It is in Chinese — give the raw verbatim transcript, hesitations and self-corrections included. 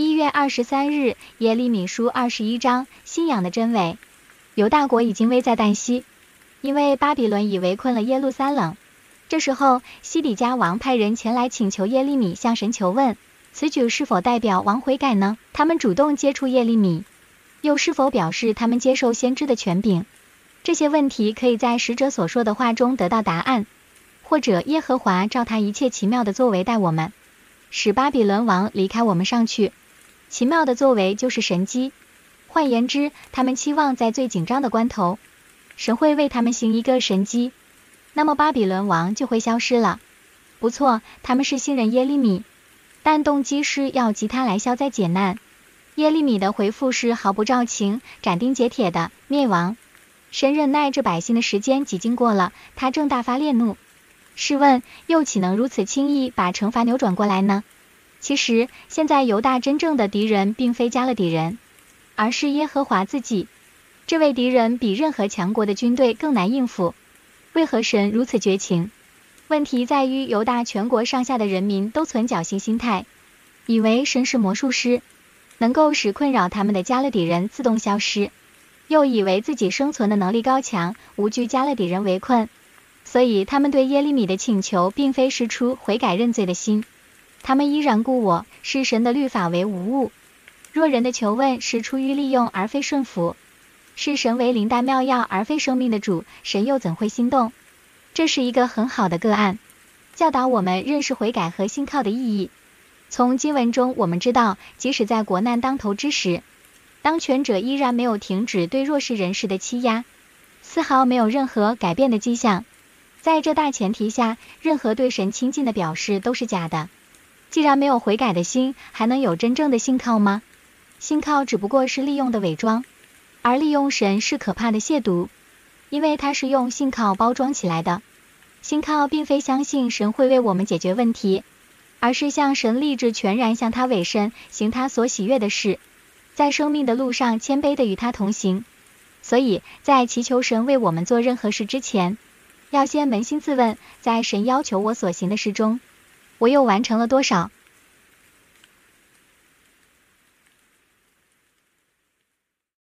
一月二十三日，耶利米书二十一章，信仰的真伪。犹大国已经危在旦夕，因为巴比伦已围困了耶路撒冷。这时候，西底家王派人前来请求耶利米向神求问，此举是否代表王悔改呢？他们主动接触耶利米，又是否表示他们接受先知的权柄？这些问题可以在使者所说的话中得到答案，或者耶和华照他一切奇妙的作为待我们，使巴比伦王离开我们上去。奇妙的作为就是神迹，换言之，他们期望在最紧张的关头，神会为他们行一个神迹，那么巴比伦王就会消失了。不错，他们是信任耶利米，但动机是要急他来消灾解难。耶利米的回复是毫不照情、斩钉截铁的灭亡。神忍耐这百姓的时间几经过了，他正大发烈怒。试问，又岂能如此轻易把惩罚扭转过来呢？其实，现在犹大真正的敌人并非加勒底人，而是耶和华自己。这位敌人比任何强国的军队更难应付。为何神如此绝情？问题在于犹大全国上下的人民都存侥幸心态，以为神是魔术师，能够使困扰他们的加勒底人自动消失，又以为自己生存的能力高强，无惧加勒底人围困。所以他们对耶利米的请求并非是出悔改认罪的心，他们依然故我，视神的律法为无物。若人的求问是出于利用而非顺服，视神为灵丹妙药而非生命的主，神又怎会心动？这是一个很好的个案，教导我们认识悔改和信靠的意义。从经文中我们知道，即使在国难当头之时，当权者依然没有停止对弱势人士的欺压，丝毫没有任何改变的迹象。在这大前提下，任何对神亲近的表示都是假的。既然没有悔改的心，还能有真正的信靠吗？信靠只不过是利用的伪装，而利用神是可怕的亵渎，因为它是用信靠包装起来的。信靠并非相信神会为我们解决问题，而是向神立志全然向他委身，行他所喜悦的事，在生命的路上谦卑地与他同行。所以在祈求神为我们做任何事之前，要先扪心自问，在神要求我所行的事中，我又完成了多少？